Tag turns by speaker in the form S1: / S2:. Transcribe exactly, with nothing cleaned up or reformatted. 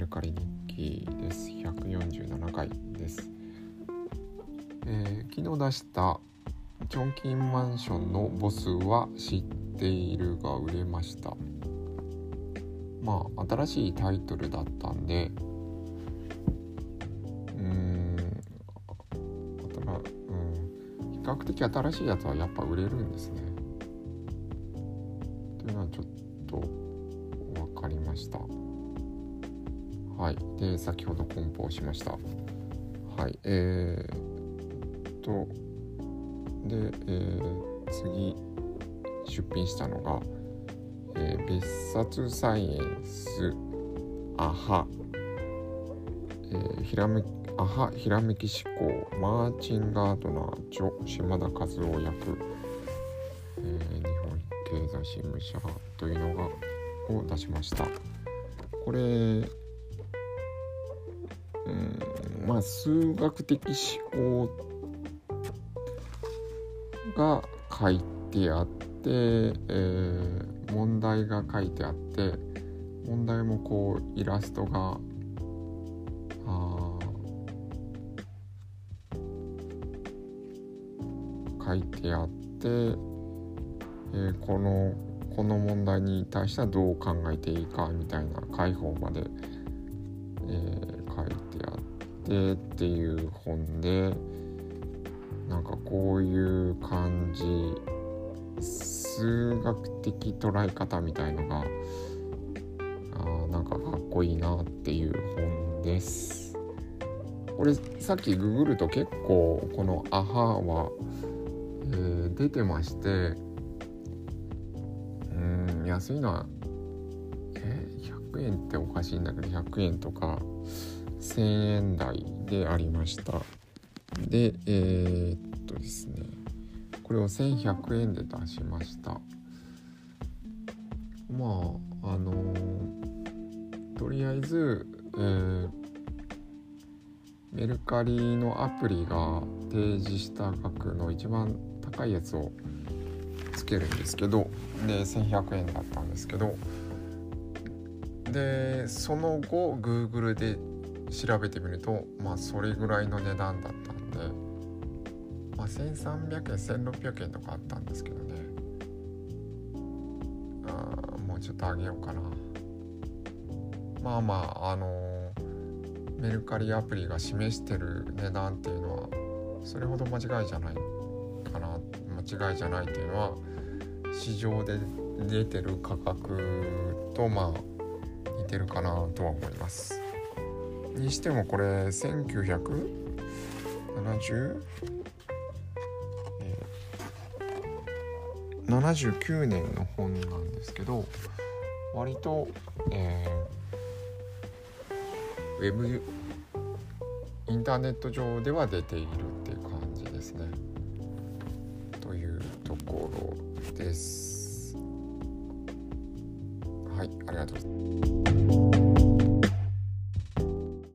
S1: カリ日記です。ひゃくよんじゅうななかいです。えー、昨日出したチョンキンマンションのボスは知っているが売れました。まあ新しいタイトルだったんでうーんあたら、うん、比較的新しいやつはやっぱ売れるんですねというのはちょっと分かりました。はい。で先ほど梱包しました。はいえー、っとで、えー、次出品したのが、えー、別冊サイエンスアハ、えー、ひらめアハひらめき思考マーチン・ガードナー著島田和夫役、えー、日本経済新聞社というのがを出しました。これうんまあ数学的思考が書いてあって、えー、問題が書いてあって問題もこうイラストがあ書いてあって、えー、このこの問題に対してはどう考えていいかみたいな解法まで、えー、書いてあってっていう本でなんかこういう感じ数学的捉え方みたいのがあなんかかっこいいなっていう本です。これさっきググると結構このアハは、えー、出てましてうん安いのは、えー、ひゃくえんっておかしいんだけどひゃくえんとかせんえん台でありました。でえー、っとですねこれをせんひゃくえんで出しました。まああのー、とりあえず、えー、メルカリのアプリが提示した額の一番高いやつをつけるんですけどでせんひゃくえんだったんですけどでその後 Google で調べてみるとまあそれぐらいの値段だったんで、まあ、せんさんびゃくえんせんろっぴゃくえんとかあったんですけどねあもうちょっと上げようかな。まあまああのー、メルカリアプリが示してる値段っていうのはそれほど間違いじゃないかな間違いじゃないっていうのは市場で出てる価格とまあ似てるかなとは思います。にしてもこれせんきゅうひゃくななじゅう、えー、ななじゅうきゅうねんの本なんですけど割と、えー、ウェブインターネット上では出ているっていう感じですねというところです。はい、ありがとうございます。